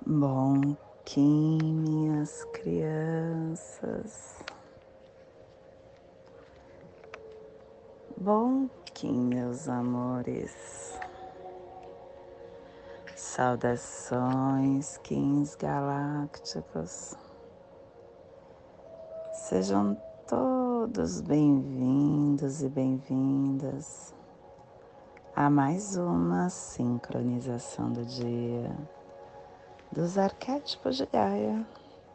Bom Kim, minhas crianças. Bom Kim, meus amores. Saudações, Kins galácticos. Sejam todos bem-vindos e bem-vindas a mais uma sincronização do dia dos arquétipos de Gaia.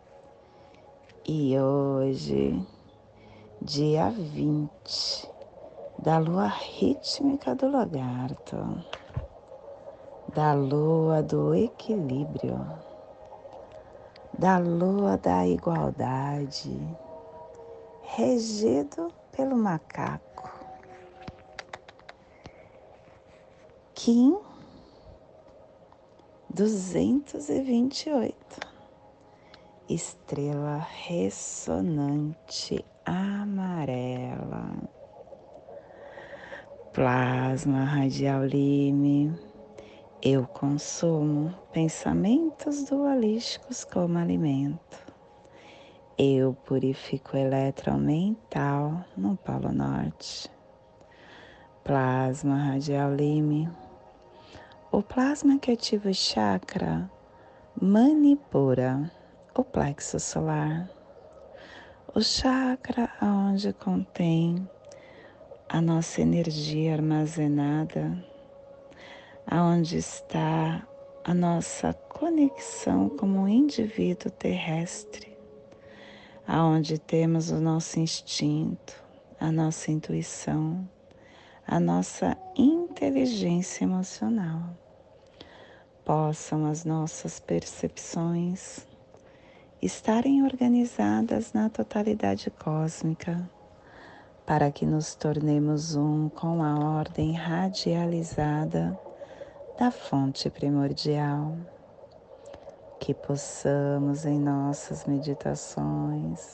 E hoje, dia 20 da lua rítmica do lagarto, da lua do equilíbrio, da lua da igualdade, regido pelo macaco, Kim 228, estrela ressonante amarela, plasma radial Lime. Eu consumo pensamentos dualísticos como alimento. Eu purifico o eletromental no Polo Norte. Plasma radial Lime. O plasma que ativa o chakra Manipura, o plexo solar. O chakra onde contém a nossa energia armazenada, aonde está a nossa conexão como indivíduo terrestre, aonde temos o nosso instinto, a nossa intuição, a nossa inteligência emocional. Possam as nossas percepções estarem organizadas na totalidade cósmica, para que nos tornemos um com a ordem radializada da fonte primordial, que possamos em nossas meditações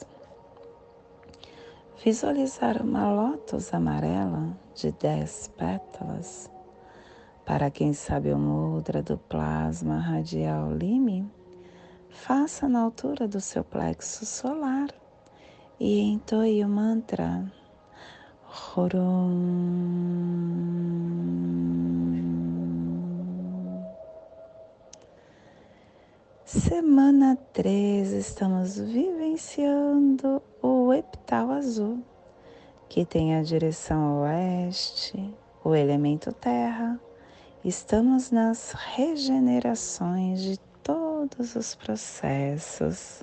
visualizar uma lótus amarela de 10 pétalas. Para quem sabe o mudra do plasma radial Lime, faça na altura do seu plexo solar e entoie o mantra Semana 3, estamos vivenciando o epital azul, que tem a direção oeste, o elemento terra. Estamos nas regenerações de todos os processos.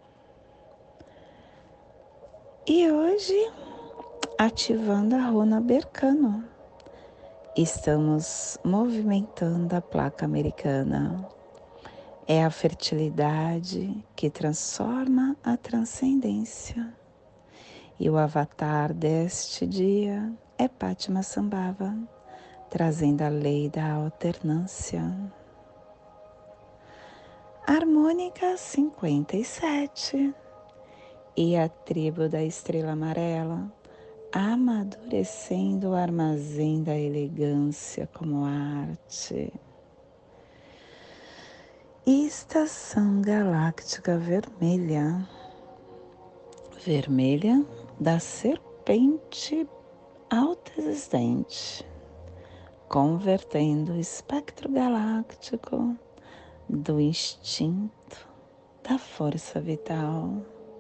E hoje, ativando a runa Bercano, estamos movimentando a placa americana. É a fertilidade que transforma a transcendência. E o avatar deste dia é Padmasambhava, trazendo a lei da alternância. Harmônica 57 e a tribo da estrela amarela, amadurecendo o armazém da elegância como arte. Estação galáctica vermelha, vermelha da serpente autoexistente, convertendo o espectro galáctico do instinto, da força vital.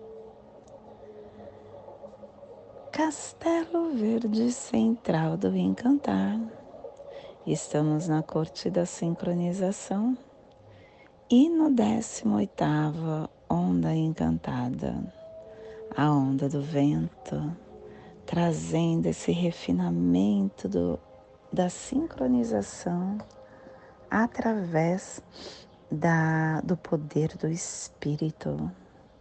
Castelo Verde Central do Encantar. Estamos na corte da sincronização e no 18ª onda encantada, a onda do vento, trazendo esse refinamento da sincronização através do poder do espírito.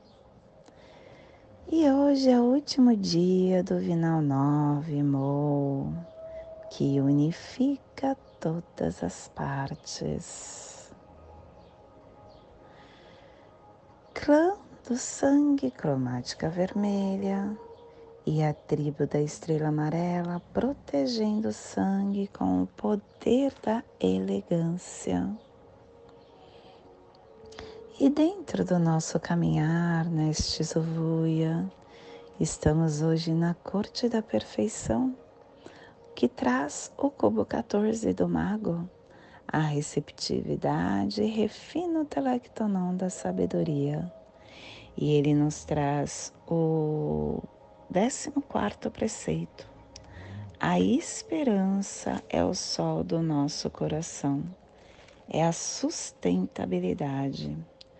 E hoje é o último dia do Vinal 9 Mo, que unifica todas as partes. Clã do sangue cromática vermelha e a tribo da estrela amarela, protegendo o sangue com o poder da elegância. E dentro do nosso caminhar neste Zovuia, estamos hoje na corte da perfeição, que traz o cubo 14 do mago, a receptividade e refino telectonon da sabedoria. E ele nos traz o 14º preceito. A esperança é o sol do nosso coração, é a sustentabilidade.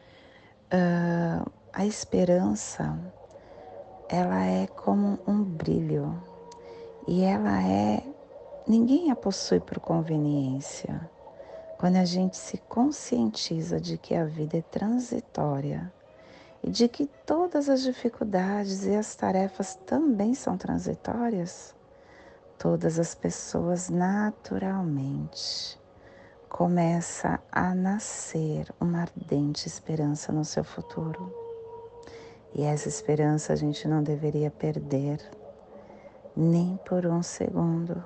A esperança, ela é como um brilho e ninguém a possui por conveniência. Quando a gente se conscientiza de que a vida é transitória e de que todas as dificuldades e as tarefas também são transitórias, todas as pessoas naturalmente começa a nascer uma ardente esperança no seu futuro. E essa esperança a gente não deveria perder nem por um segundo.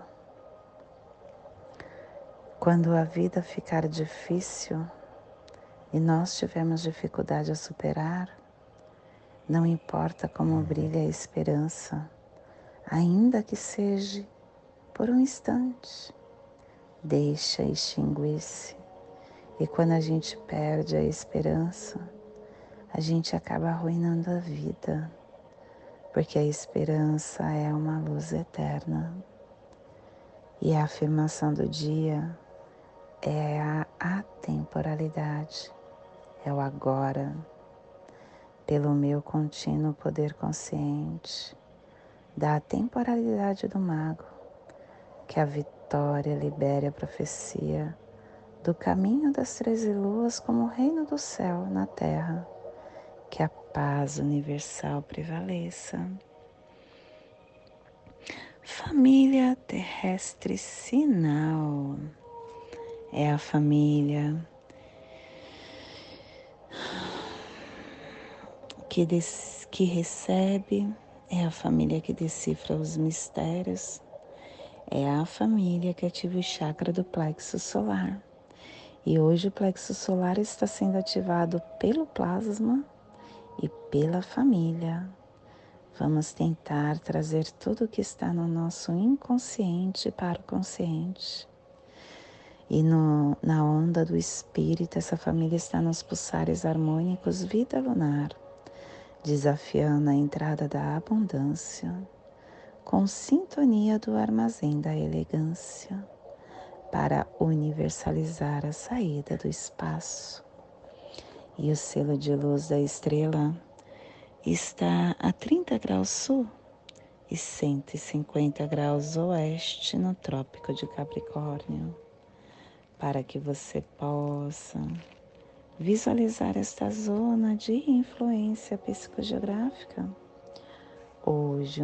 Quando a vida ficar difícil e nós tivermos dificuldade a superar, não importa como brilha a esperança, ainda que seja por um instante, deixa extinguir-se. E quando a gente perde a esperança, a gente acaba arruinando a vida, porque a esperança é uma luz eterna. E a afirmação do dia é a atemporalidade, é o agora, pelo meu contínuo poder consciente da atemporalidade do mago, que a vitória libere a profecia do caminho das 13 luas como o reino do céu na terra, que a paz universal prevaleça. Família terrestre sinal é a família que recebe, é a família que decifra os mistérios, é a família que ativa o chakra do plexo solar. E hoje o plexo solar está sendo ativado pelo plasma e pela família. Vamos tentar trazer tudo o que está no nosso inconsciente para o consciente. E na onda do espírito, essa família está nos pulsares harmônicos vida lunar, desafiando a entrada da abundância, com sintonia do armazém da elegância, para universalizar a saída do espaço. E o selo de luz da estrela está a 30 graus sul e 150 graus oeste no Trópico de Capricórnio, para que você possa visualizar esta zona de influência psicogeográfica. Hoje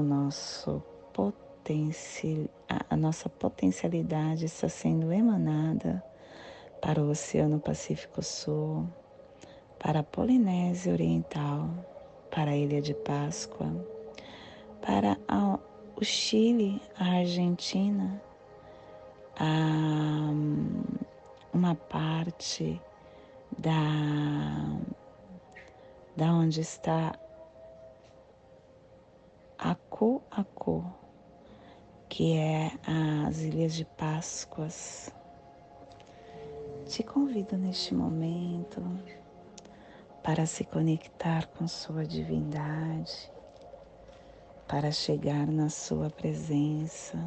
a nossa potencialidade está sendo emanada para o Oceano Pacífico Sul, para a Polinésia Oriental, para a Ilha de Páscoa, para o Chile, a Argentina, uma parte da onde está Acu, que é as Ilhas de Páscoas. Te convido neste momento para se conectar com sua divindade, para chegar na sua presença,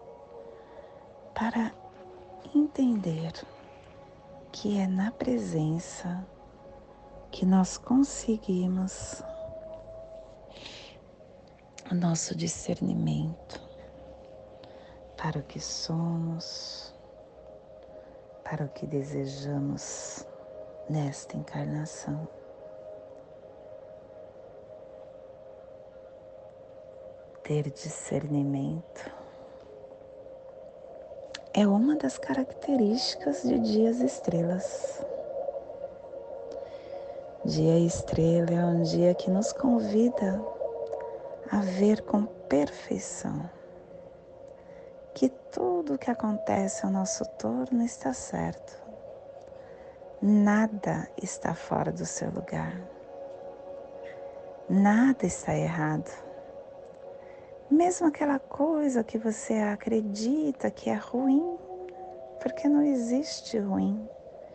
para entender que é na presença que nós conseguimos o nosso discernimento para o que somos, para o que desejamos nesta encarnação. Ter discernimento é uma das características de dias estrelas. Dia estrela é um dia que nos convida a ver com perfeição que tudo o que acontece ao nosso torno está certo. Nada está fora do seu lugar. Nada está errado. Mesmo aquela coisa que você acredita que é ruim, porque não existe ruim.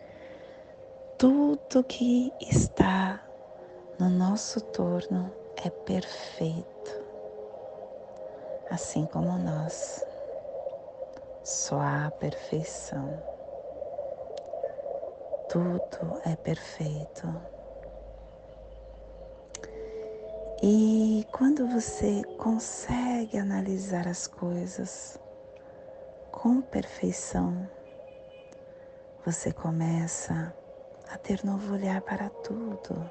Tudo que está no nosso torno é perfeito, assim como nós. Só há perfeição. Tudo é perfeito. E quando você consegue analisar as coisas com perfeição, você começa a ter novo olhar para tudo,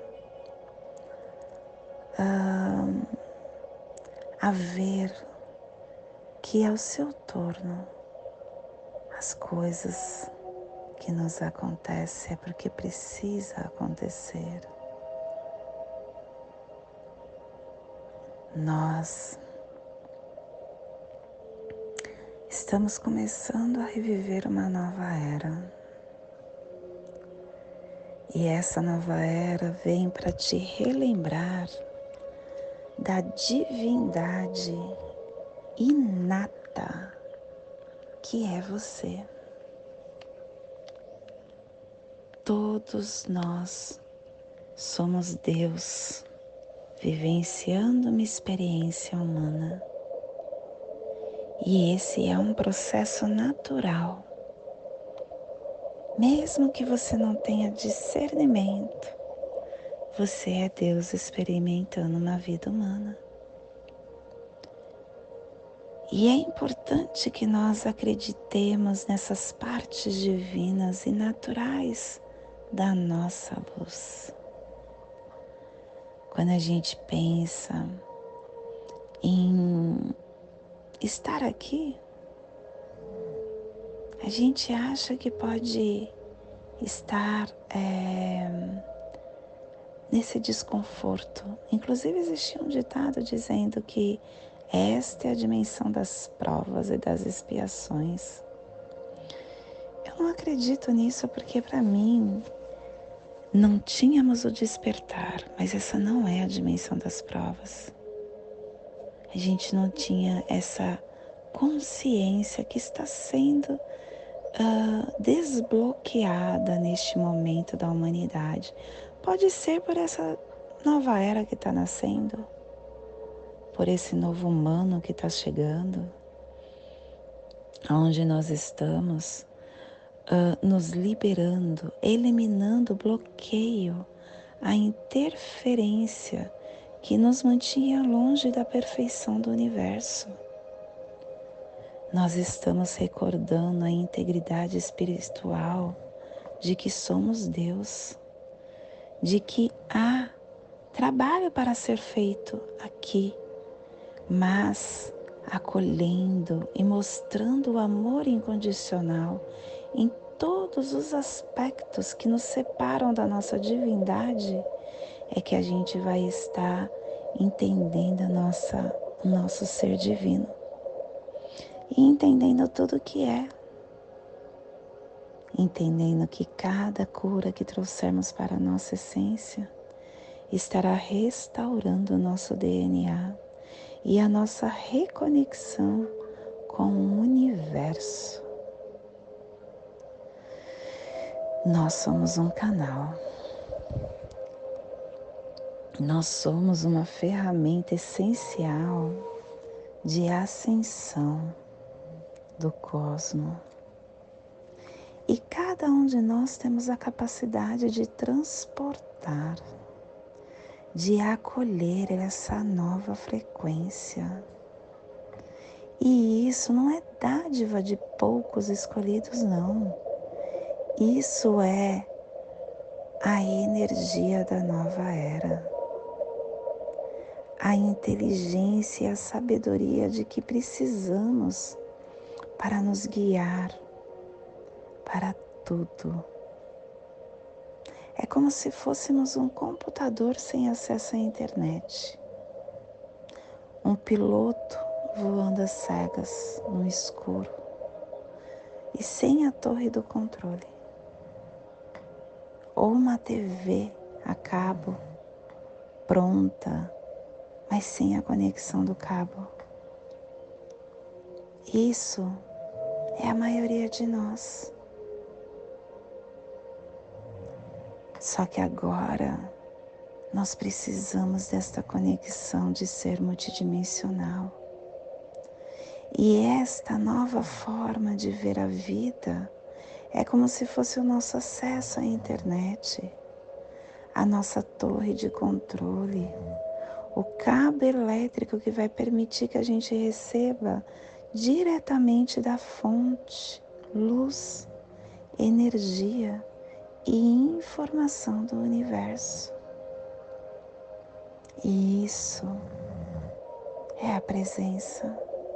a ver que ao seu torno as coisas que nos acontecem é porque precisa acontecer. Nós estamos começando a reviver uma nova era. E essa nova era vem para te relembrar da divindade inata que é você. Todos nós somos Deus vivenciando uma experiência humana. E esse é um processo natural. Mesmo que você não tenha discernimento, você é Deus experimentando uma vida humana. E é importante que nós acreditemos nessas partes divinas e naturais da nossa luz. Quando a gente pensa em estar aqui, a gente acha que pode estar nesse desconforto. Inclusive existia um ditado dizendo que esta é a dimensão das provas e das expiações. Eu não acredito nisso porque para mim não tínhamos o despertar, mas essa não é a dimensão das provas. A gente não tinha essa consciência que está sendo desbloqueada neste momento da humanidade. Pode ser por essa nova era que está nascendo, por esse novo humano que está chegando, aonde nós estamos nos liberando, eliminando o bloqueio, a interferência que nos mantinha longe da perfeição do universo. Nós estamos recordando a integridade espiritual de que somos Deus, de que há trabalho para ser feito aqui, mas acolhendo e mostrando o amor incondicional em todos os aspectos que nos separam da nossa divindade, é que a gente vai estar entendendo o nosso ser divino e entendendo tudo o que é. Entendendo que cada cura que trouxermos para a nossa essência estará restaurando o nosso DNA e a nossa reconexão com o universo. Nós somos um canal. Nós somos uma ferramenta essencial de ascensão do cosmos. E cada um de nós temos a capacidade de transportar, de acolher essa nova frequência. E isso não é dádiva de poucos escolhidos, não. Isso é a energia da nova era. A inteligência e a sabedoria de que precisamos para nos guiar para tudo. É como se fôssemos um computador sem acesso à internet. Um piloto voando às cegas no escuro e sem a torre do controle. ou uma TV a cabo pronta, mas sem a conexão do cabo. Isso é a maioria de nós. Só que agora nós precisamos desta conexão de ser multidimensional. E esta nova forma de ver a vida é como se fosse o nosso acesso à internet, a nossa torre de controle, o cabo elétrico que vai permitir que a gente receba diretamente da fonte, luz, energia e informação do universo. E isso é a presença.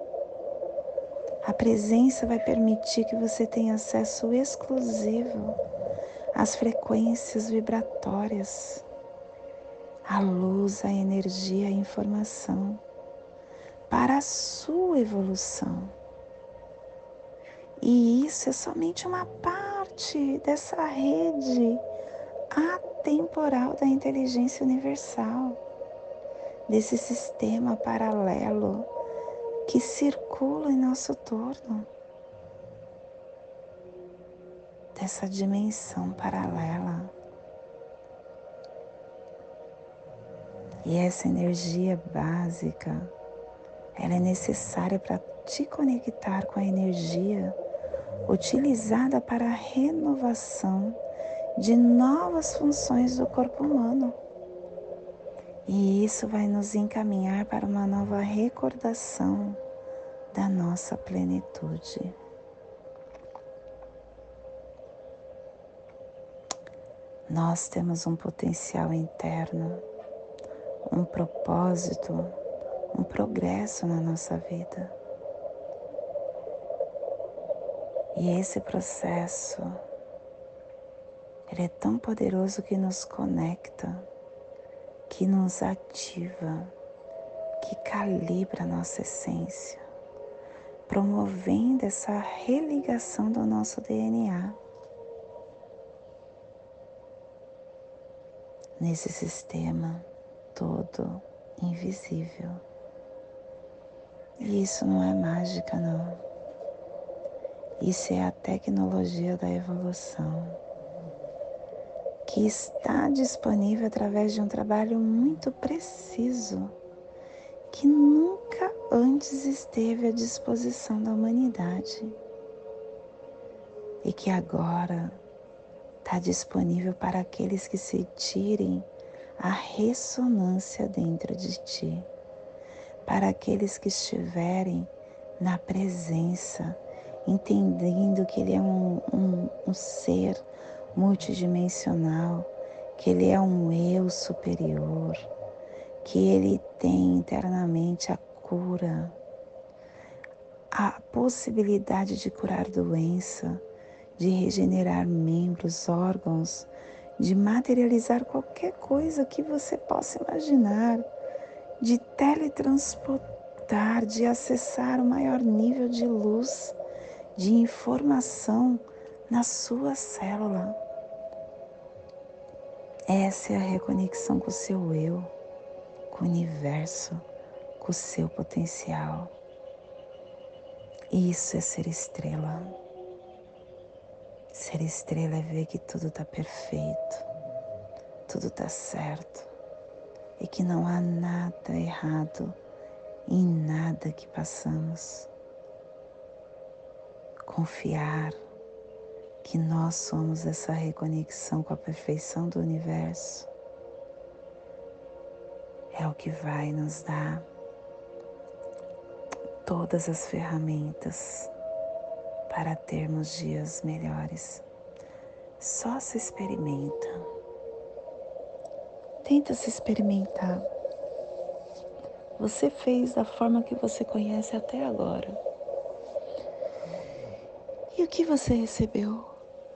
A presença vai permitir que você tenha acesso exclusivo às frequências vibratórias, à luz, à energia, à informação, para a sua evolução. E isso é somente uma parte dessa rede atemporal da inteligência universal, desse sistema paralelo que circula em nosso torno, dessa dimensão paralela. E essa energia básica, ela é necessária para te conectar com a energia utilizada para a renovação de novas funções do corpo humano. E isso vai nos encaminhar para uma nova recordação da nossa plenitude. Nós temos um potencial interno, um propósito, um progresso na nossa vida. E esse processo, ele é tão poderoso que nos conecta, que nos ativa, que calibra a nossa essência, promovendo essa religação do nosso DNA. Nesse sistema todo invisível. E isso não é mágica, não. Isso é a tecnologia da evolução, que está disponível através de um trabalho muito preciso, que nunca antes esteve à disposição da humanidade e que agora está disponível para aqueles que sentirem a ressonância dentro de ti, para aqueles que estiverem na presença, entendendo que ele é um ser multidimensional, que ele é um eu superior, que ele tem internamente a cura, a possibilidade de curar doença, de regenerar membros, órgãos, de materializar qualquer coisa que você possa imaginar, de teletransportar, de acessar o maior nível de luz, de informação na sua célula. Essa é a reconexão com o seu eu, com o universo, com o seu potencial. Isso é ser estrela. Ser estrela é ver que tudo está perfeito, tudo está certo e que não há nada errado em nada que passamos. Confiar que nós somos essa reconexão com a perfeição do universo é o que vai nos dar todas as ferramentas para termos dias melhores. Só se experimenta. Tenta se experimentar. Você fez da forma que você conhece até agora. E o que você recebeu?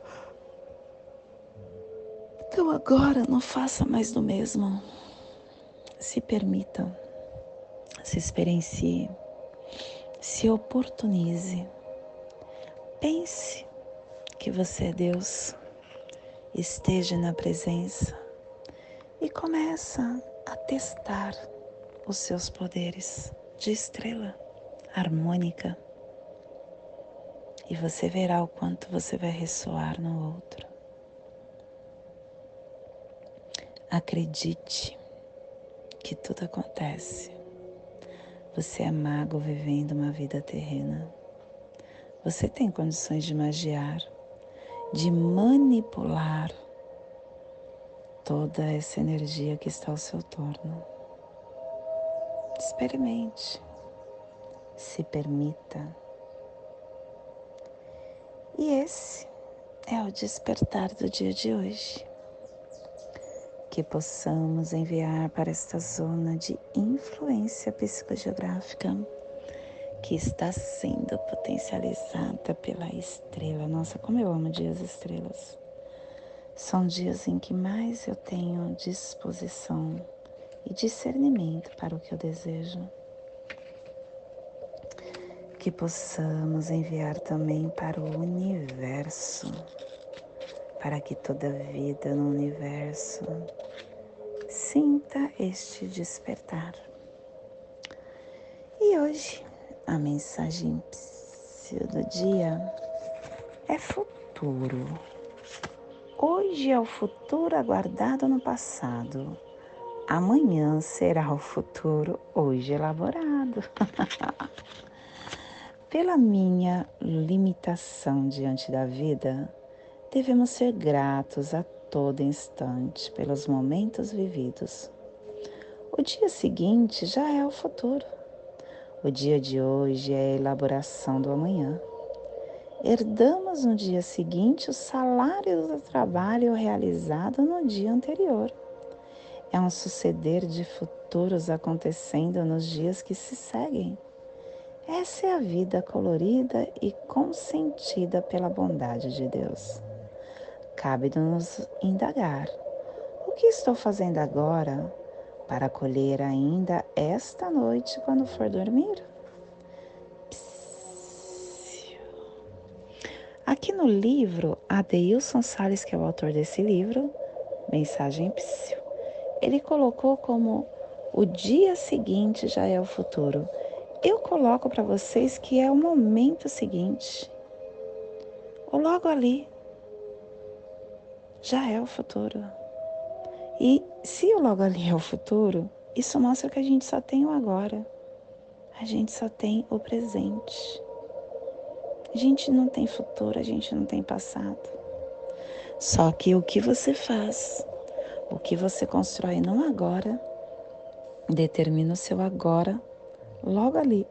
Então agora não faça mais do mesmo. Se permita, se experiencie, se oportunize. Pense que você é Deus esteja na presença e começa a testar os seus poderes de estrela harmônica. E você verá o quanto você vai ressoar no outro. Acredite que tudo acontece. Você é mago vivendo uma vida terrena. Você tem condições de magiar, de manipular toda essa energia que está ao seu torno. Experimente, se permita. E esse é o despertar do dia de hoje. Que possamos enviar para esta zona de influência psicogeográfica que está sendo potencializada pela estrela. Nossa, como eu amo dias estrelas. São dias em que mais eu tenho disposição e discernimento para o que eu desejo. Que possamos enviar também para o universo, para que toda vida no universo sinta este despertar. E hoje, a mensagem do dia é futuro. Hoje é o futuro aguardado no passado. Amanhã será o futuro hoje elaborado. Pela minha limitação diante da vida, devemos ser gratos a todo instante pelos momentos vividos. O dia seguinte já é o futuro. O dia de hoje é a elaboração do amanhã. Herdamos no dia seguinte o salário do trabalho realizado no dia anterior. É um suceder de futuros acontecendo nos dias que se seguem. Essa é a vida colorida e consentida pela bondade de Deus. Cabe-nos indagar: o que estou fazendo agora para colher ainda esta noite quando for dormir? Aqui no livro, Adeilson Salles, que é o autor desse livro, Mensagem Psiu, ele colocou como o dia seguinte já é o futuro. Eu coloco para vocês que é o momento seguinte. Ou logo ali, já é o futuro. E se o logo ali é o futuro, isso mostra que a gente só tem o agora. A gente só tem o presente. A gente não tem futuro, a gente não tem passado. Só que o que você faz, o que você constrói no agora, determina o seu agora logo ali.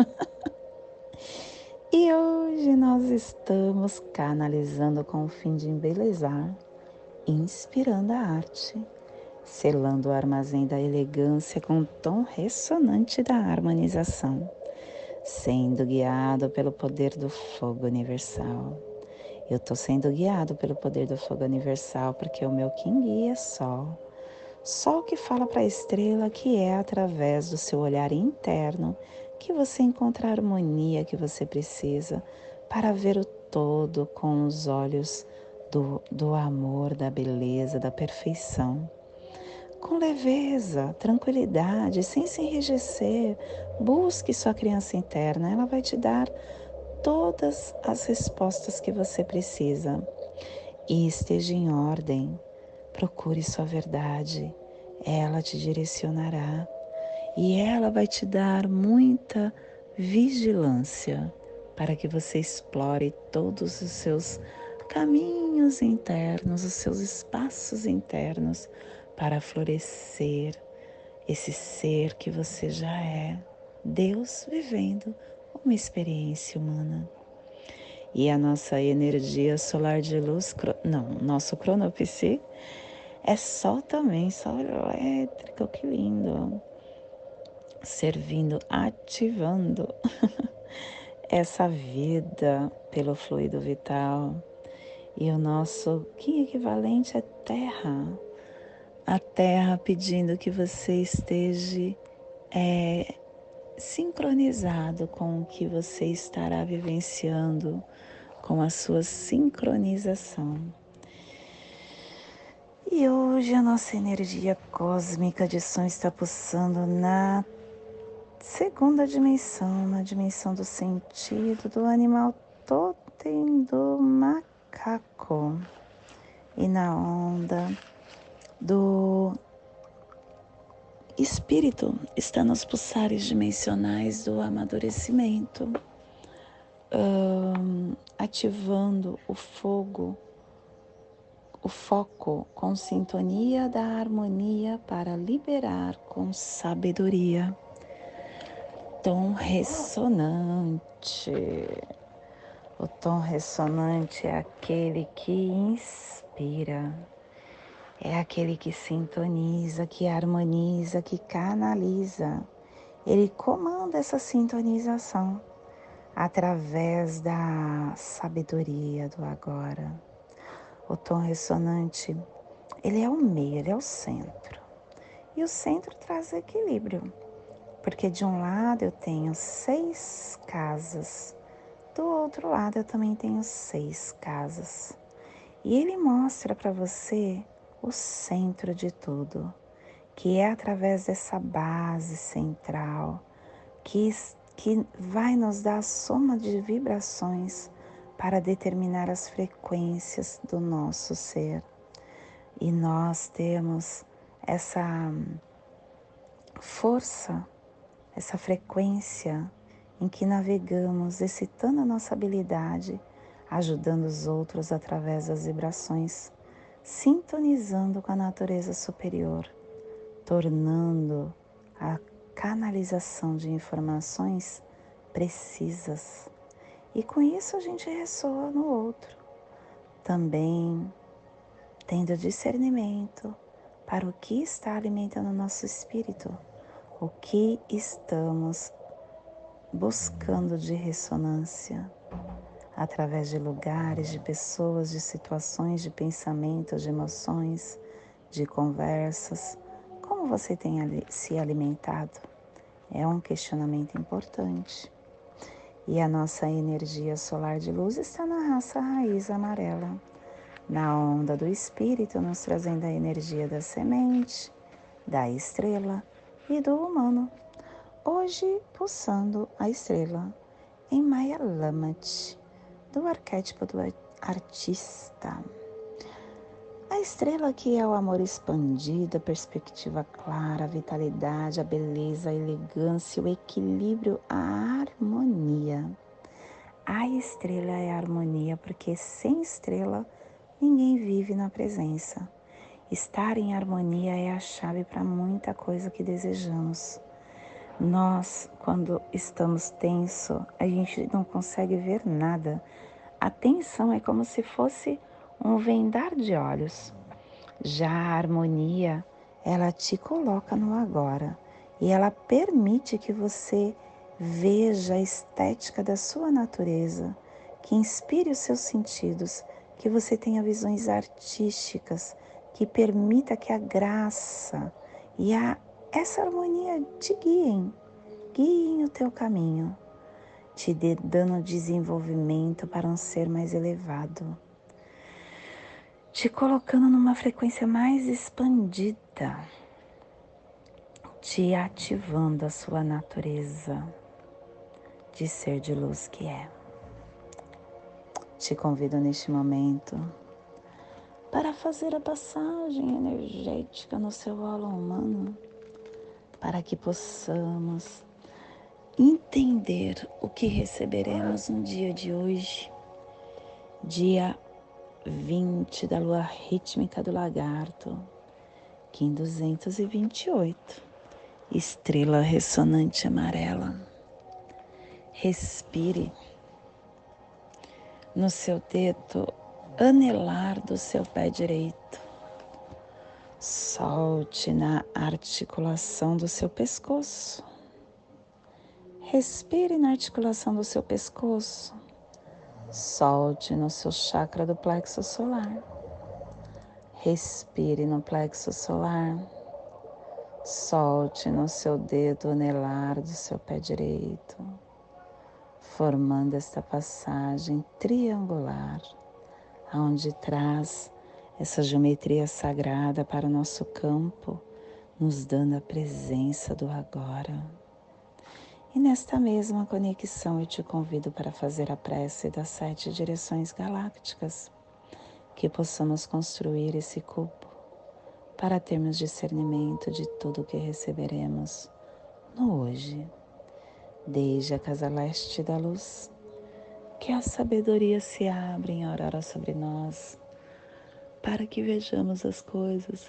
E hoje nós estamos canalizando com o fim de embelezar, inspirando a arte, selando o armazém da elegância com o tom ressonante da harmonização, sendo guiado pelo poder do fogo universal. Eu estou sendo guiado pelo poder do fogo universal porque o meu Quem guia é Sol. Sol que fala para a estrela que é através do seu olhar interno que você encontra a harmonia que você precisa para ver o todo com os olhos do amor, da beleza, da perfeição. Com leveza, tranquilidade, sem se enrijecer, busque sua criança interna, ela vai te dar todas as respostas que você precisa. E esteja em ordem, procure sua verdade, ela te direcionará e ela vai te dar muita vigilância para que você explore todos os seus caminhos internos, os seus espaços internos para florescer esse ser que você já é, Deus vivendo uma experiência humana. E a nossa energia solar de luz, nosso cronopsi, é Sol também, Sol elétrico, que lindo. Servindo, ativando essa vida pelo fluido vital. E o nosso Kim equivalente é Terra. A Terra pedindo que você esteja sincronizado com o que você estará vivenciando, com a sua sincronização. E hoje a nossa energia cósmica de som está pulsando na segunda dimensão, na dimensão do sentido do animal totem do macaco. E na onda do espírito está nos pulsares dimensionais do amadurecimento, ativando o fogo, o foco com sintonia da harmonia para liberar com sabedoria. Tom ressonante. O tom ressonante é aquele que inspira, é aquele que sintoniza, que harmoniza, que canaliza. Ele comanda essa sintonização através da sabedoria do agora. O tom ressonante, ele é o meio, ele é o centro. E o centro traz equilíbrio, porque de um lado eu tenho 6 casas, do outro lado eu também tenho 6 casas. E ele mostra para você o centro de tudo, que é através dessa base central, que vai nos dar a soma de vibrações para determinar as frequências do nosso ser. E nós temos essa força, essa frequência em que navegamos, excitando a nossa habilidade, ajudando os outros através das vibrações, sintonizando com a natureza superior, tornando a canalização de informações precisas. E com isso a gente ressoa no outro, também tendo discernimento para o que está alimentando o nosso espírito, o que estamos buscando de ressonância, através de lugares, de pessoas, de situações, de pensamentos, de emoções, de conversas. Como você tem se alimentado? É um questionamento importante. E a nossa energia solar de luz está na raça raiz amarela, na onda do espírito, nos trazendo a energia da semente, da estrela e do humano. Hoje, pulsando a estrela em Maya Lamat, do arquétipo do artista. A estrela que é o amor expandido, a perspectiva clara, a vitalidade, a beleza, a elegância, o equilíbrio, a harmonia. A estrela é a harmonia, porque sem estrela ninguém vive na presença. Estar em harmonia é a chave para muita coisa que desejamos. Nós, quando estamos tensos, a gente não consegue ver nada. A tensão é como se fosse um vendar de olhos. Já a harmonia, ela te coloca no agora e ela permite que você veja a estética da sua natureza, que inspire os seus sentidos, que você tenha visões artísticas, que permita que a graça e essa harmonia te guiem o teu caminho, te dando desenvolvimento para um ser mais elevado, te colocando numa frequência mais expandida, te ativando a sua natureza de ser de luz que é. Te convido neste momento para fazer a passagem energética no seu holo humano, para que possamos entender o que receberemos no dia de hoje, dia 20 da lua rítmica do lagarto, Kim 228, estrela ressonante amarela. Respire no seu dedo anelar do seu pé direito. Solte na articulação do seu pescoço. Respire na articulação do seu pescoço. Solte no seu chakra do plexo solar. Respire no plexo solar. Solte no seu dedo anelar do seu pé direito, formando esta passagem triangular, onde traz essa geometria sagrada para o nosso campo, nos dando a presença do agora. E nesta mesma conexão eu te convido para fazer a prece das 7 direções galácticas, que possamos construir esse cubo para termos discernimento de tudo o que receberemos no hoje. Desde a casa leste da luz, que a sabedoria se abra em aurora sobre nós, para que vejamos as coisas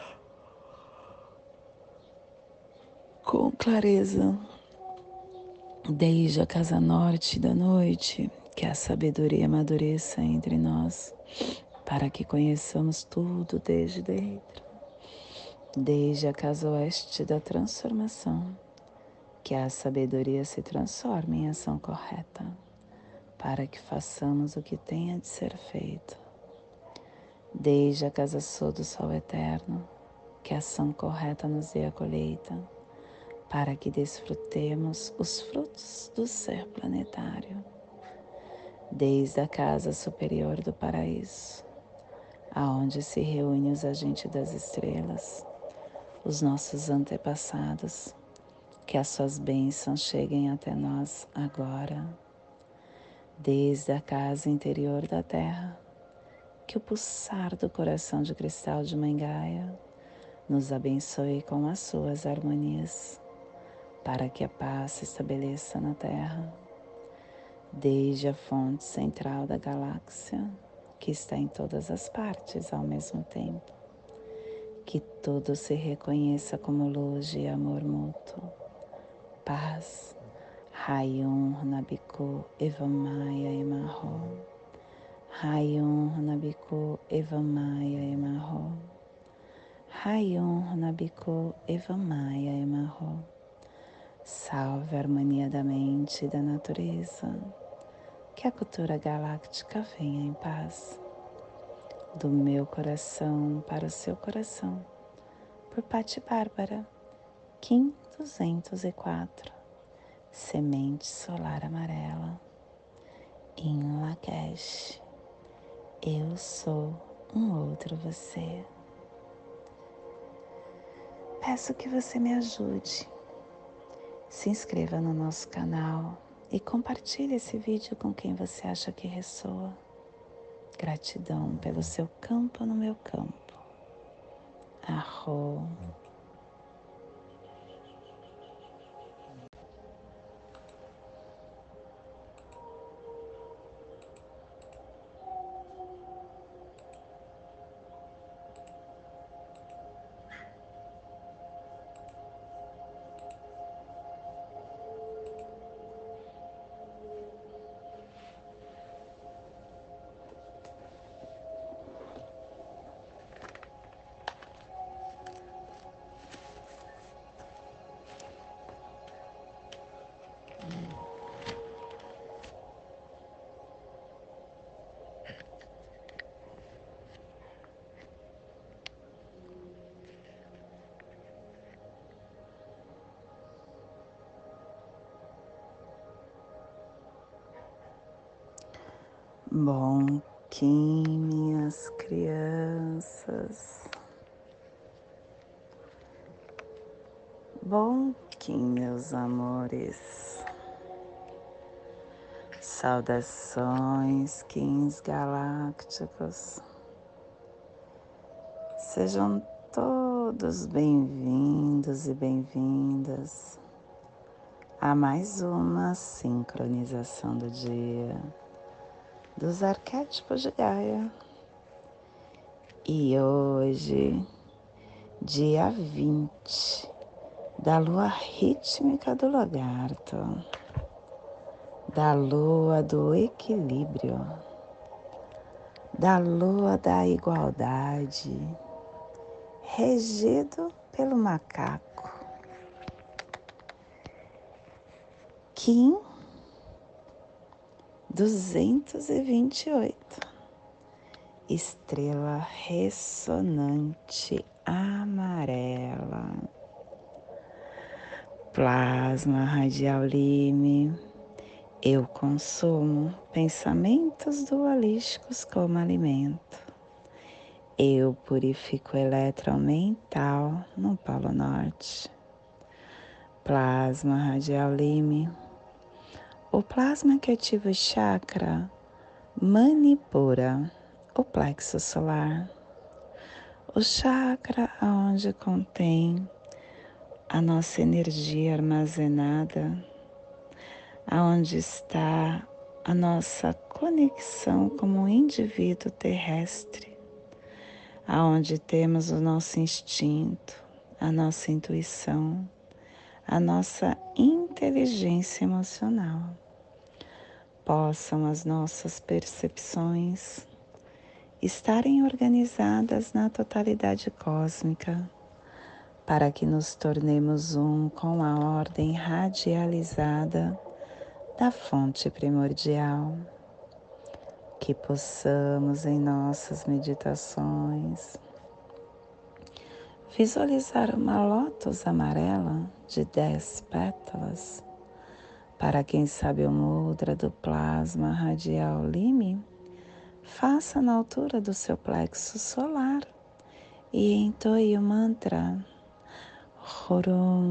com clareza. Desde a casa norte da noite, que a sabedoria amadureça entre nós, para que conheçamos tudo desde dentro. Desde a casa oeste da transformação, que a sabedoria se transforme em ação correta, para que façamos o que tenha de ser feito. Desde a casa sul do sol eterno, que a ação correta nos dê a colheita, para que desfrutemos os frutos do ser planetário. Desde a casa superior do paraíso, aonde se reúnem os agentes das estrelas, os nossos antepassados, que as suas bênçãos cheguem até nós agora. Desde a casa interior da terra, que o pulsar do coração de cristal de Mãe Gaia nos abençoe com as suas harmonias, para que a paz se estabeleça na terra. Desde a fonte central da galáxia, que está em todas as partes ao mesmo tempo, que tudo se reconheça como luz e amor mútuo. Paz. Rayon Runabiku Evamaya Emarro. Rayon Runabiku Evamaya Emarro. Rayon Runabiku Evamaya Emarro. Salve a harmonia da mente e da natureza. Que a cultura galáctica venha em paz. Do meu coração para o seu coração. Por Patti Bárbara, Kim 204. Semente solar amarela. Em Lakesh. Eu sou um outro você. Peço que você me ajude. Se inscreva no nosso canal e compartilhe esse vídeo com quem você acha que ressoa. Gratidão pelo seu campo no meu campo. Arro. Bom Kim, minhas crianças. Bom Kim, meus amores. Saudações, Kins galácticos. Sejam todos bem-vindos e bem-vindas a mais uma sincronização do dia dos arquétipos de Gaia. E hoje, dia 20 da lua rítmica do lagarto, da lua do equilíbrio, da lua da igualdade, regido pelo macaco. Kim 228, estrela ressonante amarela, plasma radial Lime. Eu consumo pensamentos dualísticos como alimento. Eu purifico o elétron mental no Polo Norte. Plasma radial Lime. O plasma que ativa o chakra Manipura, o plexo solar. O chakra onde contém a nossa energia armazenada, aonde está a nossa conexão como um indivíduo terrestre, aonde temos o nosso instinto, a nossa intuição, a nossa inteligência emocional. Possam as nossas percepções estarem organizadas na totalidade cósmica, para que nos tornemos um com a ordem radializada da fonte primordial. Que possamos em nossas meditações visualizar uma lótus amarela de 10 pétalas. Para quem sabe o mudra do plasma radial Lime, faça na altura do seu plexo solar e entoie o mantra Horum.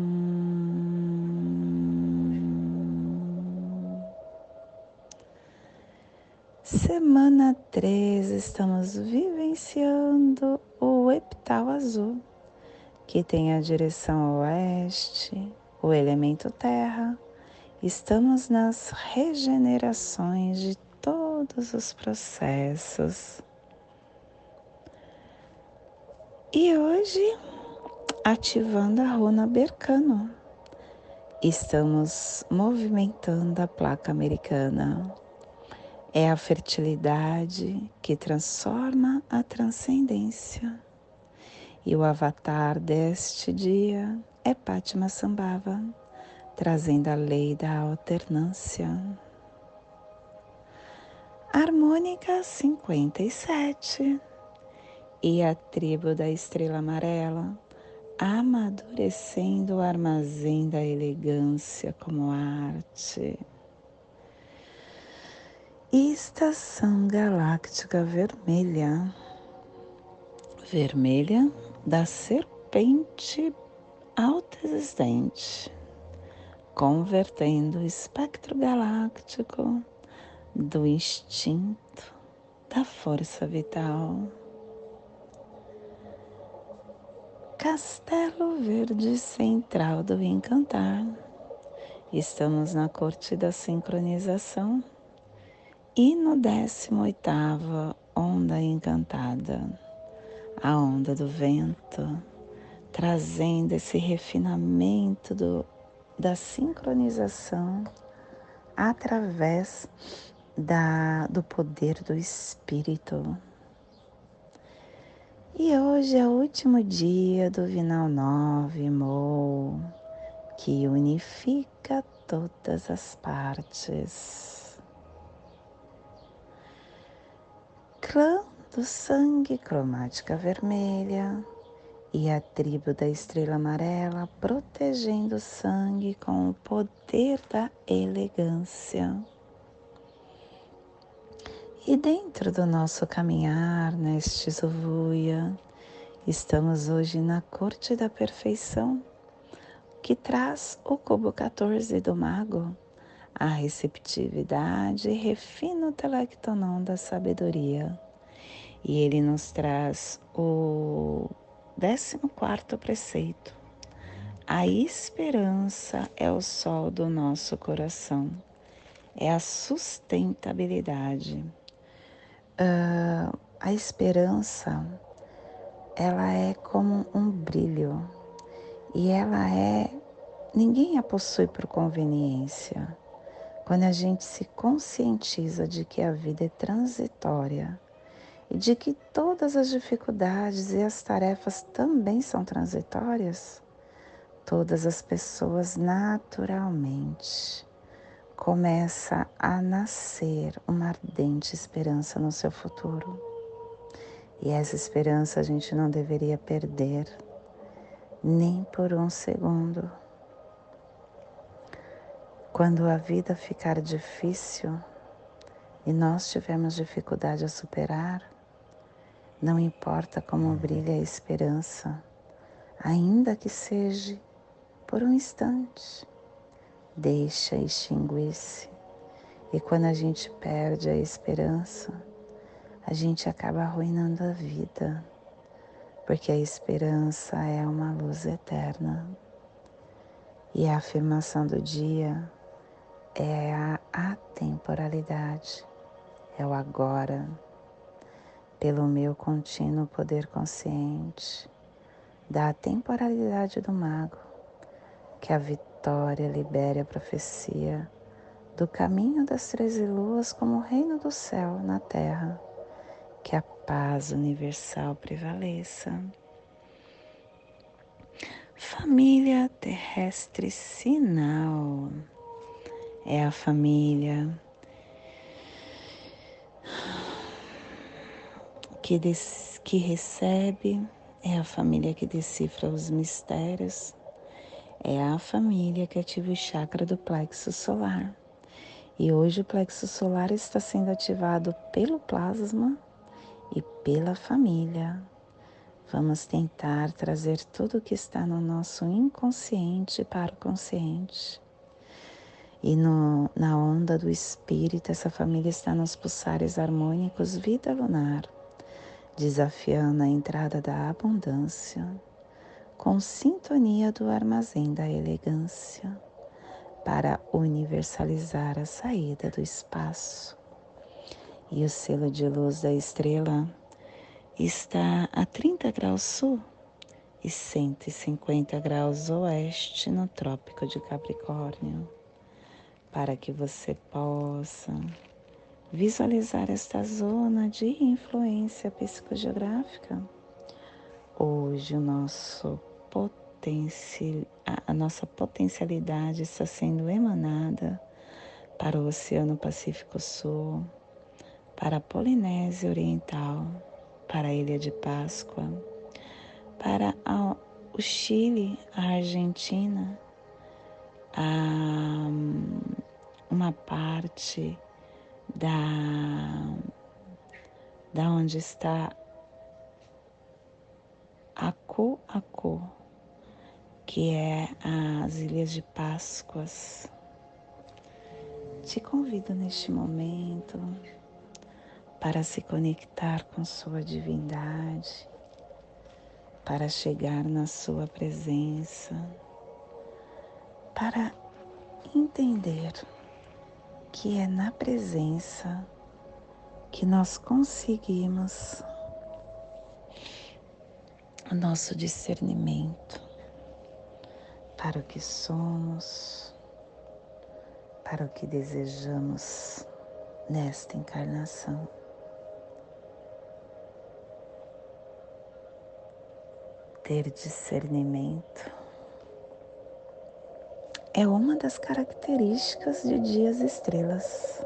Semana 3, estamos vivenciando o epital azul, que tem a direção oeste, o elemento terra. Estamos nas regenerações de todos os processos. E hoje, ativando a runa Berkano, estamos movimentando a placa americana. É a fertilidade que transforma a transcendência. E o avatar deste dia é Padmasambhava, trazendo a lei da alternância. Harmônica 57 e a tribo da estrela amarela, amadurecendo o armazém da elegância como arte. Estação galáctica vermelha, vermelha da serpente autoexistente, convertendo o espectro galáctico do instinto, da força vital. Castelo Verde Central do Encantar. Estamos na corte da sincronização e no 18ª onda encantada, a onda do vento, trazendo esse refinamento da sincronização através do poder do Espírito. E hoje é o último dia do Vinal 9, Mo, que unifica todas as partes. Clã do sangue, cromática vermelha, e a tribo da estrela amarela, protegendo o sangue com o poder da elegância. E dentro do nosso caminhar neste Zovuia, estamos hoje na corte da perfeição, que traz o cubo 14 do mago, a receptividade e refina o telectonon da sabedoria. E ele nos traz o 14º preceito. A esperança é o sol do nosso coração, é a sustentabilidade. A esperança, ela é como um brilho e ninguém a possui por conveniência. Quando a gente se conscientiza de que a vida é transitória e de que todas as dificuldades e as tarefas também são transitórias, todas as pessoas naturalmente começa a nascer uma ardente esperança no seu futuro. E essa esperança a gente não deveria perder nem por um segundo. Quando a vida ficar difícil e nós tivermos dificuldade a superar, Não importa como brilha a esperança, ainda que seja por um instante, deixa extinguir-se. E quando a gente perde a esperança, a gente acaba arruinando a vida, porque a esperança é uma luz eterna. E a afirmação do dia é a atemporalidade, é o agora. Pelo meu contínuo poder consciente da atemporalidade do mago, que a vitória libere a profecia do caminho das 13 luas como o reino do céu na terra, que a paz universal prevaleça. Família terrestre sinal é a família que recebe, é a família que decifra os mistérios, é a família que ativa o chakra do plexo solar. E hoje o plexo solar está sendo ativado pelo plasma e pela família. Vamos tentar trazer tudo o que está no nosso inconsciente para o consciente. E na onda do espírito, essa família está nos pulsares harmônicos vida lunar, desafiando a entrada da abundância, com sintonia do armazém da elegância, para universalizar a saída do espaço. E o selo de luz da estrela está a 30 graus sul e 150 graus oeste no Trópico de Capricórnio, para que você possa visualizar esta zona de influência psicogeográfica. Hoje a nossa potencialidade está sendo emanada para o Oceano Pacífico Sul, para a Polinésia Oriental, para a Ilha de Páscoa, para o Chile, a Argentina, uma parte da onde está Acu, que é as Ilhas de Páscoas. Te convido neste momento para se conectar com sua divindade, para chegar na sua presença, para entender que é na presença que nós conseguimos o nosso discernimento para o que somos, para o que desejamos nesta encarnação. Ter discernimento é uma das características de dias estrelas.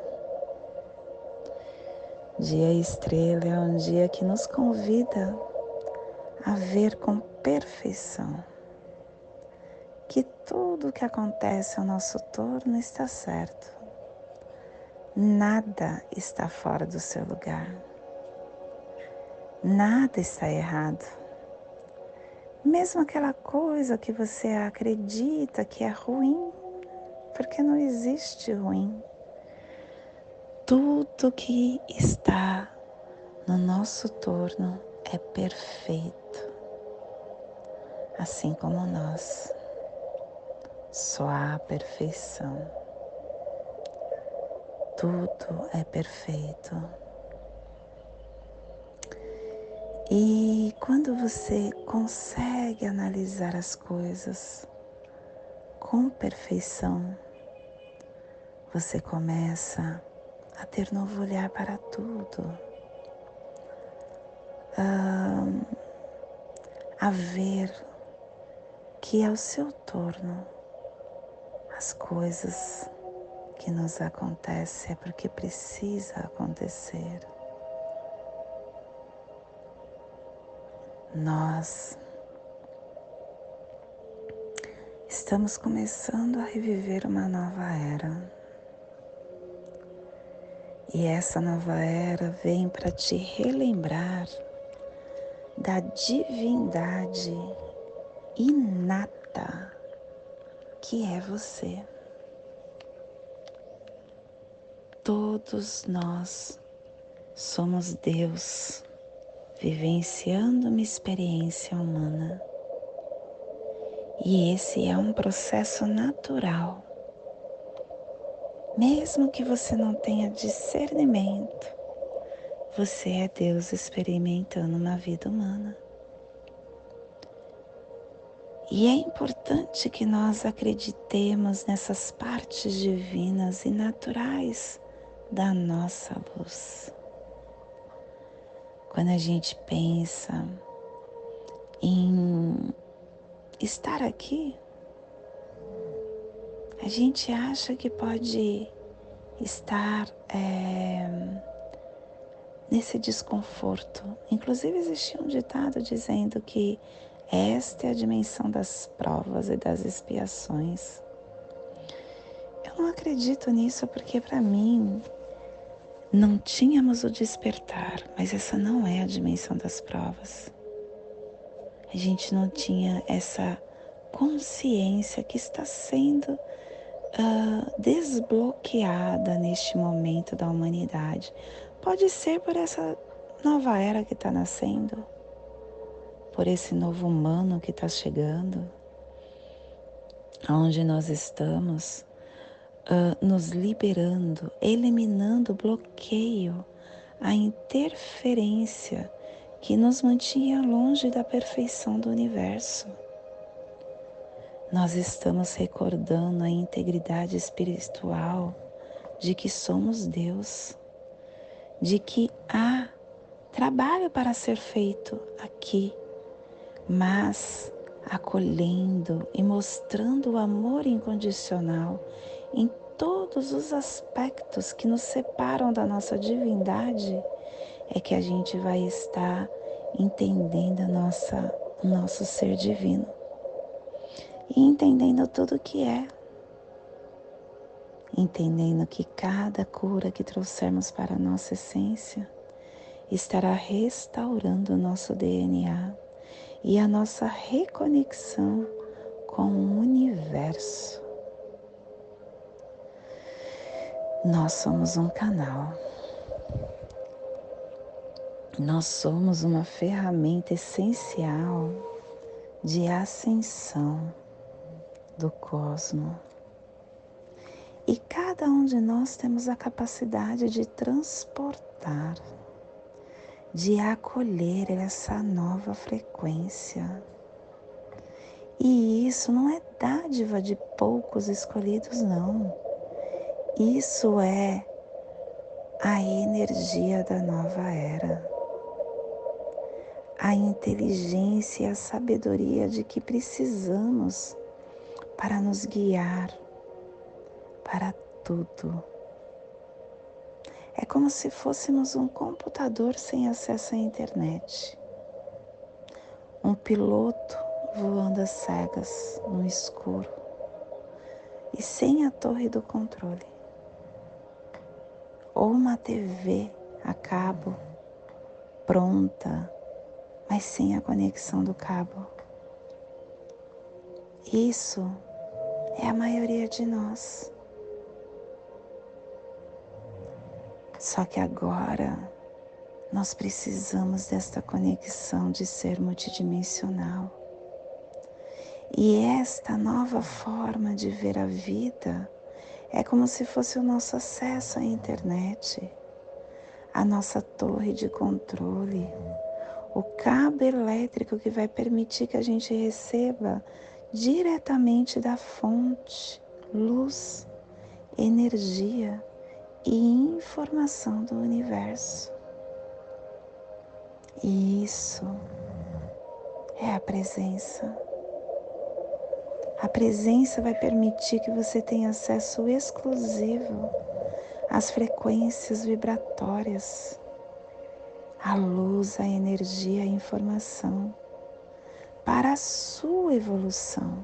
Dia estrela é um dia que nos convida a ver com perfeição que tudo que acontece ao nosso torno está certo. Nada está fora do seu lugar. Nada está errado. Mesmo aquela coisa que você acredita que é ruim, porque não existe ruim. Tudo que está no nosso torno é perfeito, assim como nós. Só há perfeição. Tudo é perfeito. E quando você consegue analisar as coisas com perfeição, você começa a ter novo olhar para tudo, a ver que ao seu torno as coisas que nos acontecem é porque precisa acontecer. Nós estamos começando a reviver uma nova era. E essa nova era vem para te relembrar da divindade inata que é você. Todos nós somos Deus vivenciando uma experiência humana. E esse é um processo natural. Mesmo que você não tenha discernimento, você é Deus experimentando uma vida humana. E é importante que nós acreditemos nessas partes divinas e naturais da nossa luz. Quando a gente pensa em estar aqui, a gente acha que pode estar nesse desconforto. Inclusive existia um ditado dizendo que esta é a dimensão das provas e das expiações. Eu não acredito nisso porque para mim não tínhamos o despertar, mas essa não é a dimensão das provas. A gente não tinha essa consciência que está sendo desbloqueada neste momento da humanidade. Pode ser por essa nova era que está nascendo, por esse novo humano que está chegando, onde nós estamos nos liberando, eliminando o bloqueio, a interferência que nos mantinha longe da perfeição do universo. Nós estamos recordando a integridade espiritual de que somos Deus, de que há trabalho para ser feito aqui, mas acolhendo e mostrando o amor incondicional em todos os aspectos que nos separam da nossa divindade, é que a gente vai estar entendendo o nosso ser divino e entendendo tudo o que é, entendendo que cada cura que trouxermos para a nossa essência estará restaurando o nosso DNA e a nossa reconexão com o universo. Nós somos um canal. Nós somos uma ferramenta essencial de ascensão do cosmos. E cada um de nós temos a capacidade de transportar, de acolher essa nova frequência. E isso não é dádiva de poucos escolhidos, não. Isso é a energia da nova era. A inteligência e a sabedoria de que precisamos para nos guiar para tudo. É como se fôssemos um computador sem acesso à internet. Um piloto voando às cegas no escuro e sem a torre do controle. Ou uma TV a cabo pronta, mas sem a conexão do cabo. Isso é a maioria de nós. Só que agora nós precisamos desta conexão de ser multidimensional. E esta nova forma de ver a vida é como se fosse o nosso acesso à internet, a nossa torre de controle, o cabo elétrico que vai permitir que a gente receba diretamente da fonte, luz, energia e informação do universo. E isso é a presença. A presença vai permitir que você tenha acesso exclusivo às frequências vibratórias, à luz, à energia, à informação, para a sua evolução.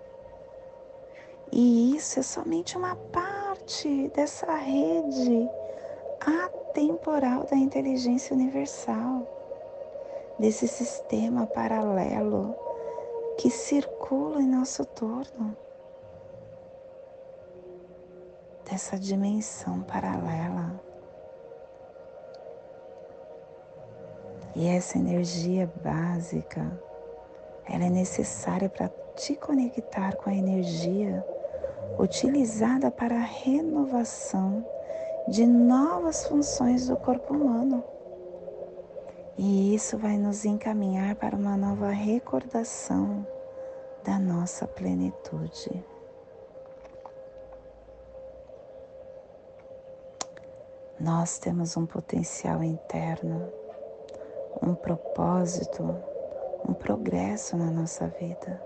E isso é somente uma parte dessa rede atemporal da inteligência universal. desse sistema paralelo que circula em nosso torno, dessa dimensão paralela. E essa energia básica, ela é necessária para te conectar com a energia utilizada para a renovação de novas funções do corpo humano. E isso vai nos encaminhar para uma nova recordação da nossa plenitude. Nós temos um potencial interno, um propósito, um progresso na nossa vida.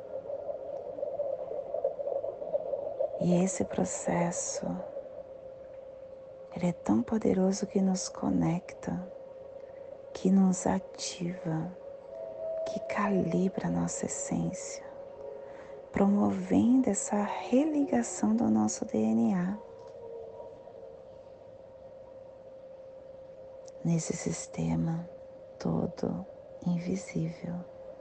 E esse processo, ele é tão poderoso que nos conecta, que nos ativa, que calibra a nossa essência, promovendo essa religação do nosso DNA. Nesse sistema todo invisível.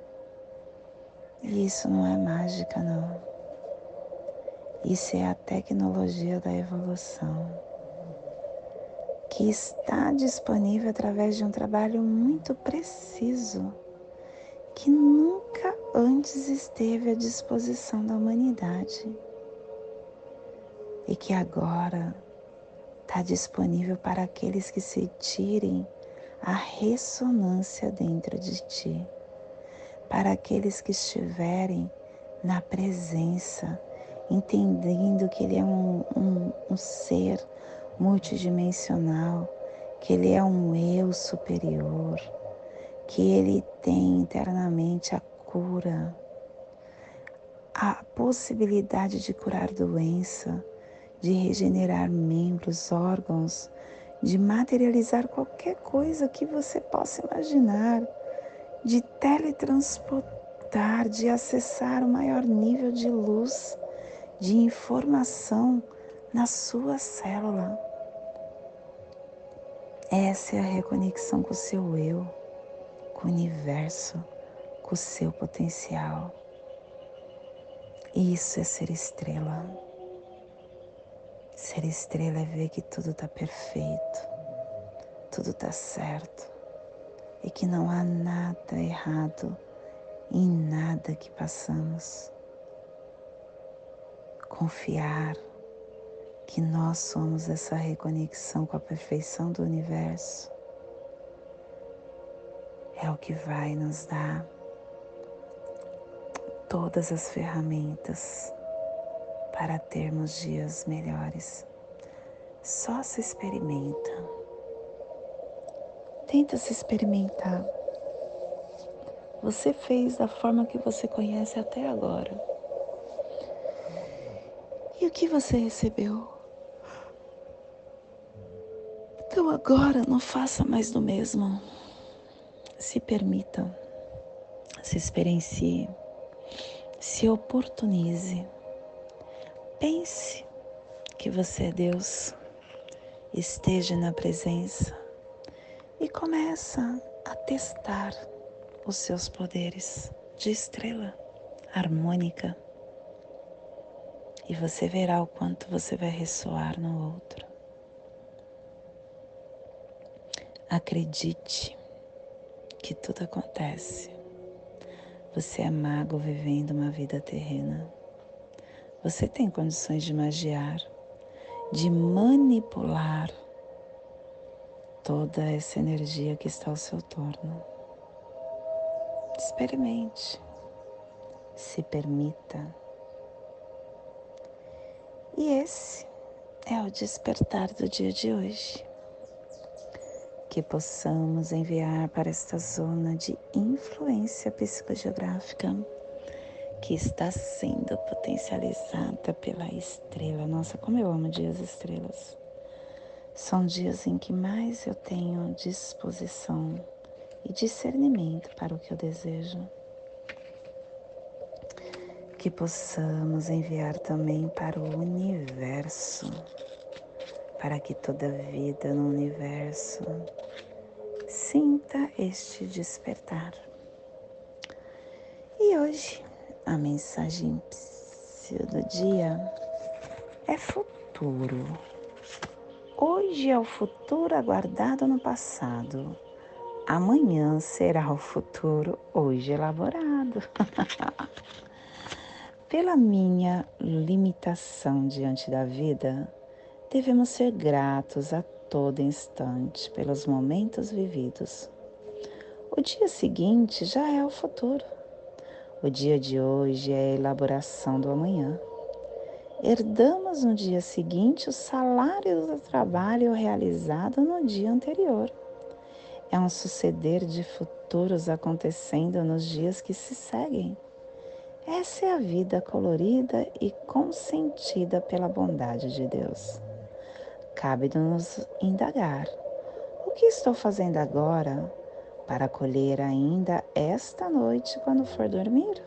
E isso não é mágica, não. Isso é a tecnologia da evolução, que está disponível através de um trabalho muito preciso, que nunca antes esteve à disposição da humanidade e que agora está disponível para aqueles que sentirem a ressonância dentro de ti, para aqueles que estiverem na presença, entendendo que ele é um ser multidimensional, que ele é um eu superior, que ele tem internamente a cura, a possibilidade de curar doença, de regenerar membros, órgãos, de materializar qualquer coisa que você possa imaginar, de teletransportar, de acessar o maior nível de luz, de informação na sua célula. Essa é a reconexão com o seu eu, com o universo, com o seu potencial. Isso é ser estrela. Ser estrela é ver que tudo está perfeito, tudo está certo e que não há nada errado em nada que passamos. Confiar que nós somos essa reconexão com a perfeição do universo é o que vai nos dar todas as ferramentas para termos dias melhores. Só se experimenta. Tenta se experimentar. Você fez da forma que você conhece até agora. E o que você recebeu? Então agora não faça mais do mesmo. Se permita, se experiencie, se oportunize. Pense que você é Deus, esteja na presença e começa a testar os seus poderes de estrela harmônica. E você verá o quanto você vai ressoar no outro. Acredite que tudo acontece. Você é mago vivendo uma vida terrena. Você tem condições de magiar, de manipular toda essa energia que está ao seu torno. Experimente, se permita. E esse é o despertar do dia de hoje. Que possamos enviar para esta zona de influência psicogeográfica que está sendo potencializada pela estrela. Nossa, como eu amo dias estrelas. São dias em que mais eu tenho disposição e discernimento para o que eu desejo. Que possamos enviar também para o universo, para que toda vida no universo sinta este despertar. E hoje, a mensagem do dia é futuro. Hoje é o futuro aguardado no passado. Amanhã será o futuro hoje elaborado. Pela minha limitação diante da vida, devemos ser gratos a todo instante pelos momentos vividos. O dia seguinte já é o futuro. O dia de hoje é a elaboração do amanhã. Herdamos no dia seguinte o salário do trabalho realizado no dia anterior. É um suceder de futuros acontecendo nos dias que se seguem. Essa é a vida colorida e consentida pela bondade de Deus. Cabe-nos indagar: o que estou fazendo agora para colher ainda esta noite quando for dormir?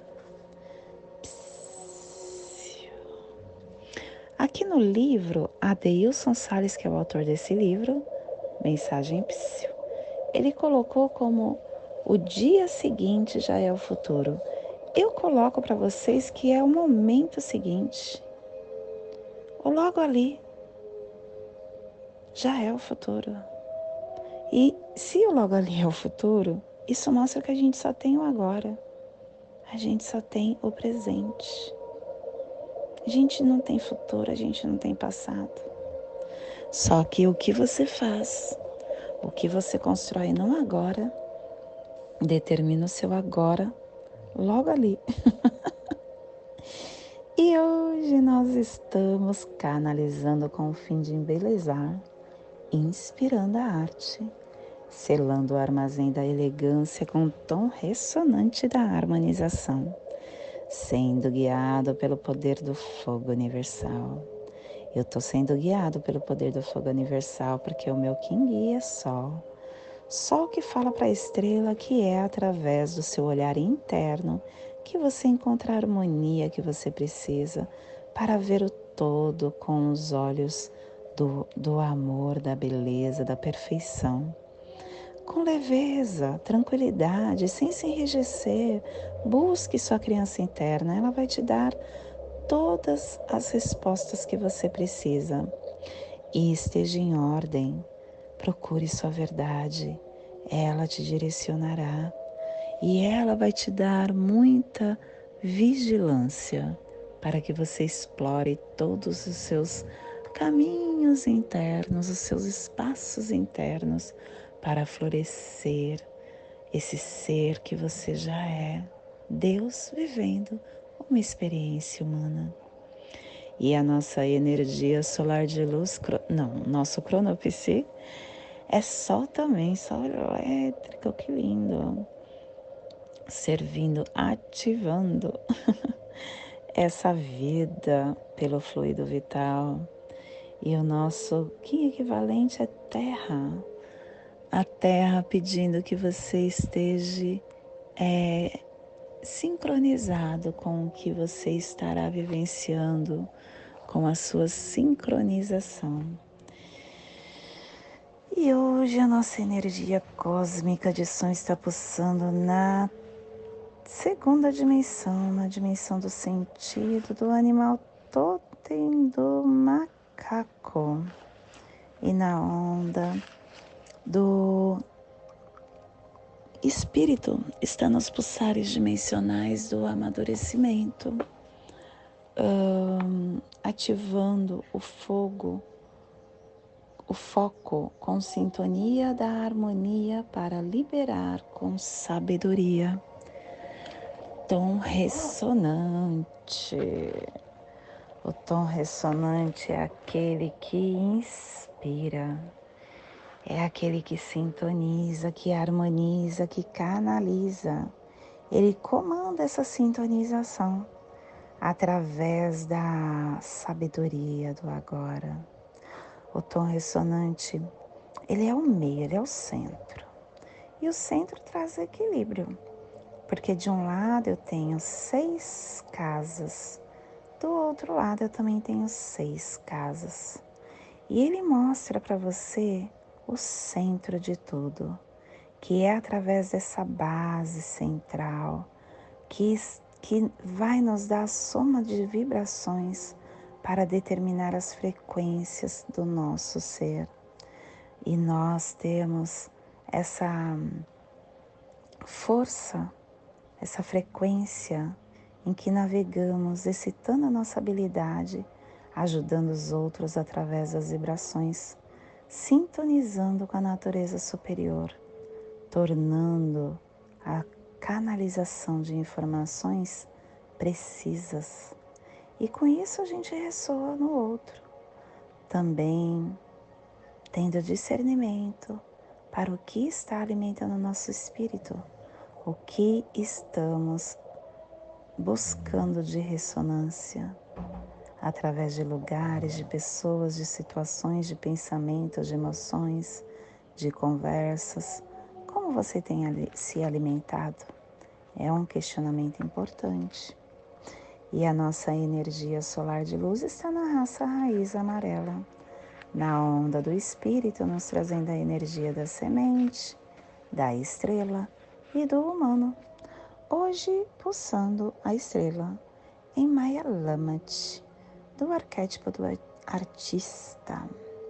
Aqui no livro, Adeilson Salles, que é o autor desse livro, Mensagem Psiu, ele colocou como o dia seguinte já é o futuro. Eu coloco para vocês que é o momento seguinte. Ou logo ali, já é o futuro. E se o logo ali é o futuro, isso mostra que a gente só tem o agora. A gente só tem o presente. A gente não tem futuro, a gente não tem passado. Só que o que você faz, o que você constrói no agora, determina o seu agora logo ali. E hoje nós estamos canalizando com o fim de embelezar, inspirando a arte, selando o armazém da elegância com o tom ressonante da harmonização, sendo guiado pelo poder do fogo universal. Eu estou sendo guiado pelo poder do fogo universal porque o meu Kim guia é Sol. Sol que fala para a estrela que é através do seu olhar interno que você encontra a harmonia que você precisa para ver o todo com os olhos do amor, da beleza, da perfeição. Com leveza, tranquilidade, sem se enrijecer, busque sua criança interna, ela vai te dar todas as respostas que você precisa. E esteja em ordem, procure sua verdade, ela te direcionará e ela vai te dar muita vigilância para que você explore todos os seus caminhos internos, os seus espaços internos para florescer esse ser que você já é, Deus vivendo uma experiência humana. E a nossa energia solar de luz, nosso cronopsi, é Sol também, Sol elétrico, que lindo. Servindo, ativando essa vida pelo fluido vital. E o nosso Kim equivalente é Terra. A Terra pedindo que você esteja sincronizado com o que você estará vivenciando, com a sua sincronização. E hoje a nossa energia cósmica de som está pulsando na segunda dimensão, na dimensão do sentido do animal totem do macaco e na onda do espírito, está nos pulsares dimensionais do amadurecimento, ativando o fogo, o foco com sintonia da harmonia para liberar com sabedoria. Tom ressonante. O tom ressonante é aquele que inspira, é aquele que sintoniza, que harmoniza, que canaliza. Ele comanda essa sintonização através da sabedoria do agora. O tom ressonante, ele é o meio, ele é o centro. E o centro traz equilíbrio, porque de um lado eu tenho 6 casas, do outro lado eu também tenho 6 casas. E ele mostra para você o centro de tudo, que é através dessa base central que vai nos dar a soma de vibrações para determinar as frequências do nosso ser. E nós temos essa força, essa frequência em que navegamos, excitando a nossa habilidade, ajudando os outros através das vibrações, sintonizando com a natureza superior, tornando a canalização de informações precisas. E com isso a gente ressoa no outro, também tendo discernimento para o que está alimentando o nosso espírito, o que estamos buscando de ressonância, através de lugares, de pessoas, de situações, de pensamentos, de emoções, de conversas. Como você tem se alimentado? É um questionamento importante. E a nossa energia solar de luz está na raça raiz amarela, na onda do espírito, nos trazendo a energia da semente, da estrela e do humano. Hoje, pulsando a estrela em Maya Lamat, do arquétipo do artista.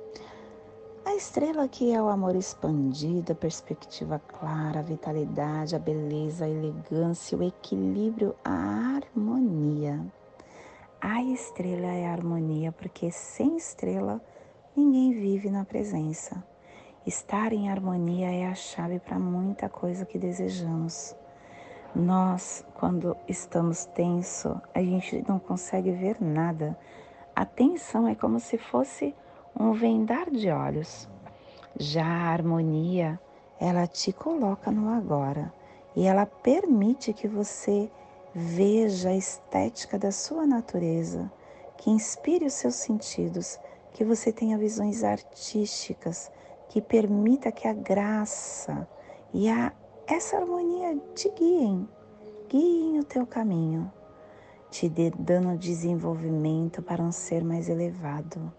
A estrela que é o amor expandido, a perspectiva clara, a vitalidade, a beleza, a elegância, o equilíbrio, a harmonia. A estrela é a harmonia, porque sem estrela ninguém vive na presença. Estar em harmonia é a chave para muita coisa que desejamos. Nós, quando estamos tenso, a gente não consegue ver nada. A tensão é como se fosse um vendar de olhos. Já a harmonia, ela te coloca no agora e ela permite que você veja a estética da sua natureza, que inspire os seus sentidos, que você tenha visões artísticas, que permita que a graça e essa harmonia te guiem o teu caminho, te dando desenvolvimento para um ser mais elevado,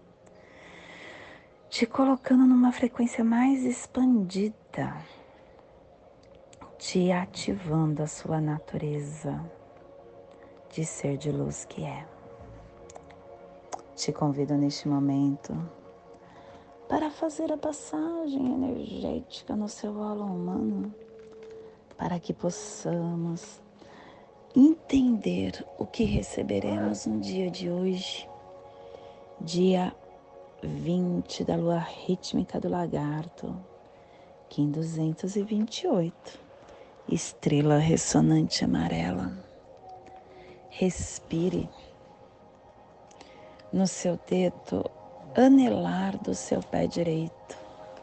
te colocando numa frequência mais expandida, te ativando a sua natureza de ser de luz que é. Te convido neste momento para fazer a passagem energética no seu holo humano, para que possamos entender o que receberemos no dia de hoje, dia 20 da lua rítmica do lagarto, Kim 228, estrela ressonante amarela. Respire no seu dedo anelar do seu pé direito.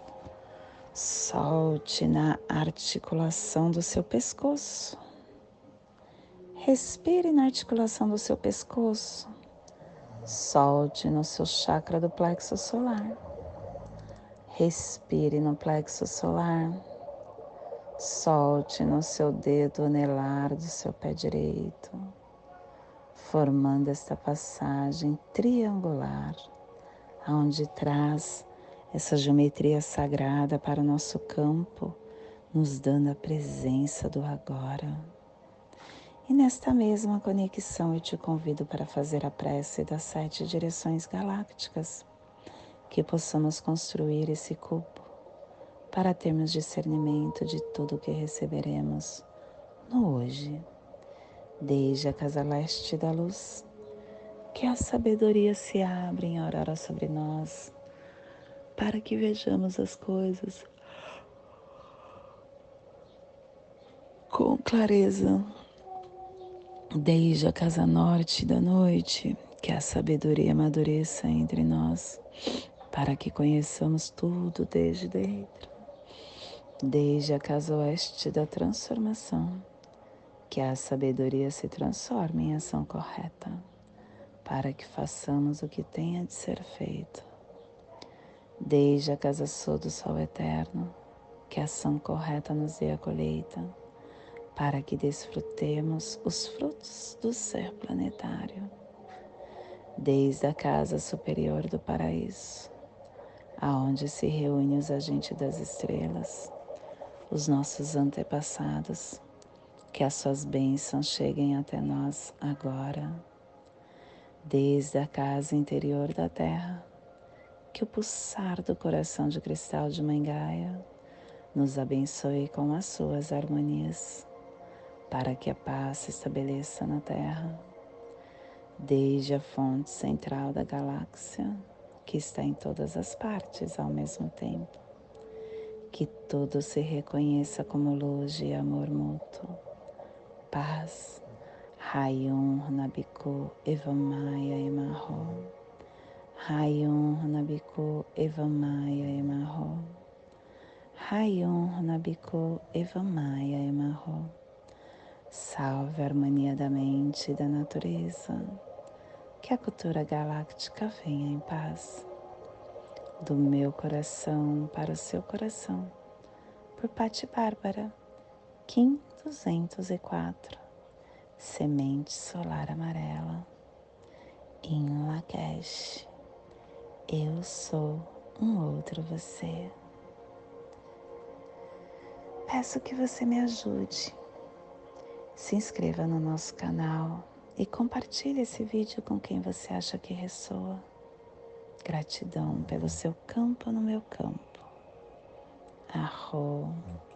Solte na articulação do seu pescoço. Respire na articulação do seu pescoço. Solte no seu chakra do plexo solar. Respire no plexo solar. Solte no seu dedo anelar do seu pé direito, formando esta passagem triangular, onde traz essa geometria sagrada para o nosso campo, nos dando a presença do agora. E nesta mesma conexão eu te convido para fazer a prece das 7 direções galácticas, que possamos construir esse cubo para termos discernimento de tudo o que receberemos no hoje. Desde a casa leste da luz, que a sabedoria se abra em aurora sobre nós, para que vejamos as coisas com clareza. Desde a casa norte da noite, que a sabedoria amadureça entre nós, para que conheçamos tudo desde dentro. Desde a casa oeste da transformação, que a sabedoria se transforme em ação correta, para que façamos o que tenha de ser feito. Desde a casa sul do sol eterno, que a ação correta nos dê a colheita, para que desfrutemos os frutos do ser planetário. Desde a casa superior do paraíso, aonde se reúnem os agentes das estrelas, os nossos antepassados, que as suas bênçãos cheguem até nós agora, desde a casa interior da Terra, que o pulsar do coração de cristal de Mãe Gaia nos abençoe com as suas harmonias, para que a paz se estabeleça na Terra, desde a fonte central da galáxia, que está em todas as partes ao mesmo tempo. Que tudo se reconheça como luz e amor mútuo. Paz. Rayon Runabiku Evamaya Emarro. Rayon Runabiku Evamaya Emarro. Rayon Runabiku Evamaya Emarro. Salve a harmonia da mente e da natureza. Que a cultura galáctica venha em paz. Do meu coração para o seu coração. Por Patti Bárbara, Kim 204. Semente solar amarela. Em Lakesh. Eu sou um outro você. Peço que você me ajude. Se inscreva no nosso canal e compartilhe esse vídeo com quem você acha que ressoa. Gratidão pelo seu campo no meu campo. Arro.